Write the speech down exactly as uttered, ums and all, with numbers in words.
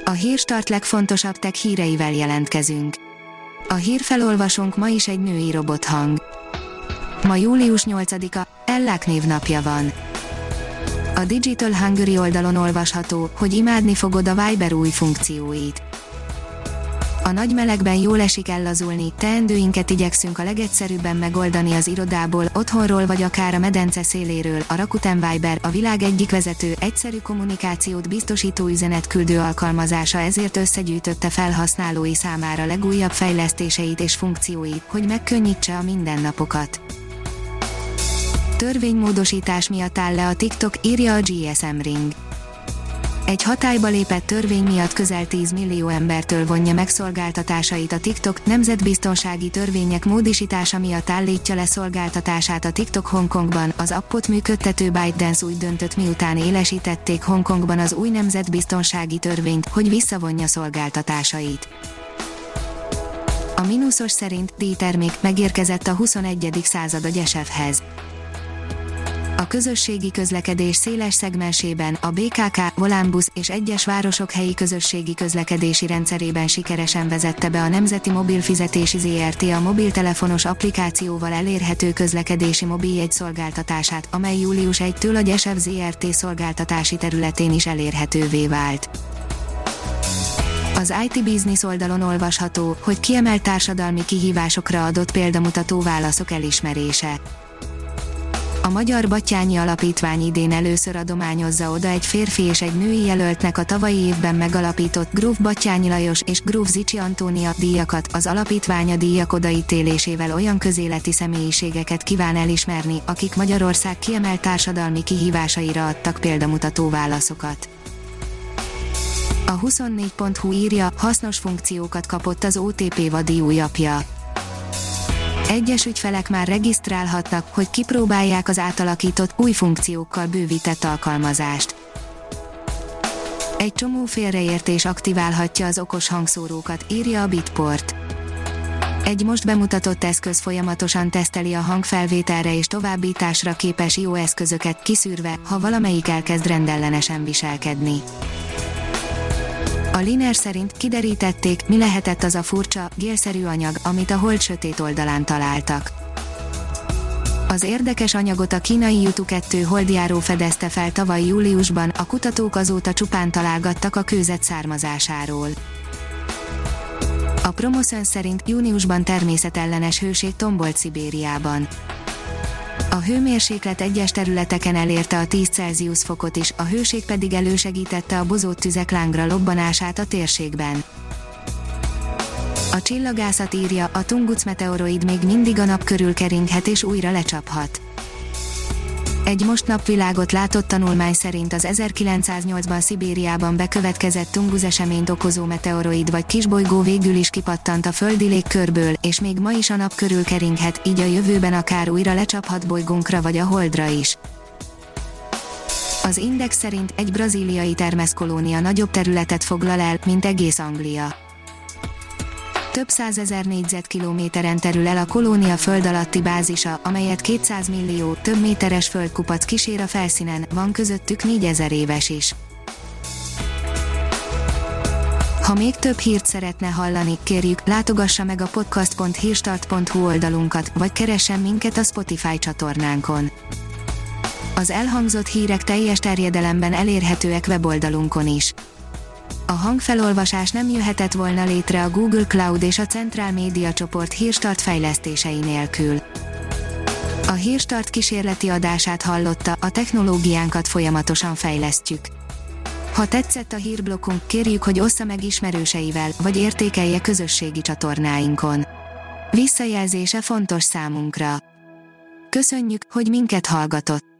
A Hírstart legfontosabb tech híreivel jelentkezünk. A hírfelolvasónk ma is egy női robothang. Ma július nyolcadika, Ellák névnapja van. A Digital Hungary oldalon olvasható, hogy imádni fogod a Viber új funkcióit. A nagy melegben jól esik ellazulni, teendőinket igyekszünk a legegyszerűbben megoldani az irodából, otthonról vagy akár a medence széléről. A Rakuten Viber, a világ egyik vezető, egyszerű kommunikációt biztosító üzenetküldő alkalmazása, ezért összegyűjtötte felhasználói számára legújabb fejlesztéseit és funkcióit, hogy megkönnyítse a mindennapokat. Törvénymódosítás miatt áll le a TikTok, írja a gé es em Ring. Egy hatályba lépett törvény miatt közel tíz millió embertől vonja meg szolgáltatásait a TikTok. Nemzetbiztonsági törvények módosítása miatt állítja le szolgáltatását a TikTok Hongkongban. Az appot működtető ByteDance úgy döntött, miután élesítették Hongkongban az új nemzetbiztonsági törvényt, hogy visszavonja szolgáltatásait. A mínuszos szerint díjtermék megérkezett a huszonegyedik század a Gyesevhez. A közösségi közlekedés széles szegmensében, a bé ká ká, Volánbusz és egyes városok helyi közösségi közlekedési rendszerében sikeresen vezette be a Nemzeti Mobilfizetési zé er té a mobiltelefonos applikációval elérhető közlekedési mobiljegy szolgáltatását, amely július elsejétől a Gyesev zé er té szolgáltatási területén is elérhetővé vált. Az i té Business oldalon olvasható, hogy kiemelt társadalmi kihívásokra adott példamutató válaszok elismerése. A Magyar Batthyány Alapítvány idén először adományozza oda egy férfi és egy női jelöltnek a tavalyi évben megalapított Gróf Batthyány Lajos és Gróf Zichy Antónia díjakat. Az alapítvány a díjak odaítélésével olyan közéleti személyiségeket kíván elismerni, akik Magyarország kiemelt társadalmi kihívásaira adtak példamutató válaszokat. A huszonnégy pont hu írja, hasznos funkciókat kapott az o té pé Vadi új appja. Egyes ügyfelek már regisztrálhatnak, hogy kipróbálják az átalakított, új funkciókkal bővített alkalmazást. Egy csomó félreértés aktiválhatja az okos hangszórókat, írja a Bitport. Egy most bemutatott eszköz folyamatosan teszteli a hangfelvételre és továbbításra képes i o eszközöket, kiszűrve, ha valamelyik elkezd rendellenesen viselkedni. A Liner szerint kiderítették, mi lehetett az a furcsa, gélszerű anyag, amit a Hold sötét oldalán találtak. Az érdekes anyagot a kínai Yutu kettő holdjáró fedezte fel tavaly júliusban, a kutatók azóta csupán találgattak a kőzet származásáról. A Promoszön szerint júniusban természetellenes hőség tombolt Szibériában. A hőmérséklet egyes területeken elérte a tíz Celsius fokot is, a hőség pedig elősegítette a bozót tüzek lángra lobbanását a térségben. A csillagászat írja, a Tungusz meteoroid még mindig a nap körül keringhet és újra lecsaphat. Egy most napvilágot látott tanulmány szerint az ezerkilencszáznyolcban Szibériában bekövetkezett Tungusz eseményt okozó meteoroid vagy kisbolygó végül is kipattant a földi légkörből, és még ma is a nap körül keringhet, így a jövőben akár újra lecsaphat bolygónkra vagy a Holdra is. Az Index szerint egy brazíliai termeszkolónia nagyobb területet foglal el, mint egész Anglia. Több százezer négyzetkilométeren terül el a kolónia föld alatti bázisa, amelyet kétszáz millió, több méteres földkupac kísér a felszínen, van közöttük négyezer éves is. Ha még több hírt szeretne hallani, kérjük, látogassa meg a podcast pont hírstart pont hu oldalunkat, vagy keressen minket a Spotify csatornánkon. Az elhangzott hírek teljes terjedelemben elérhetőek weboldalunkon is. A hangfelolvasás nem jöhetett volna létre a Google Cloud és a Central Média csoport Hírstart fejlesztései nélkül. A Hírstart kísérleti adását hallotta, a technológiánkat folyamatosan fejlesztjük. Ha tetszett a hírblokkunk, kérjük, hogy ossza meg ismerőseivel, vagy értékelje közösségi csatornáinkon. Visszajelzése fontos számunkra. Köszönjük, hogy minket hallgatott!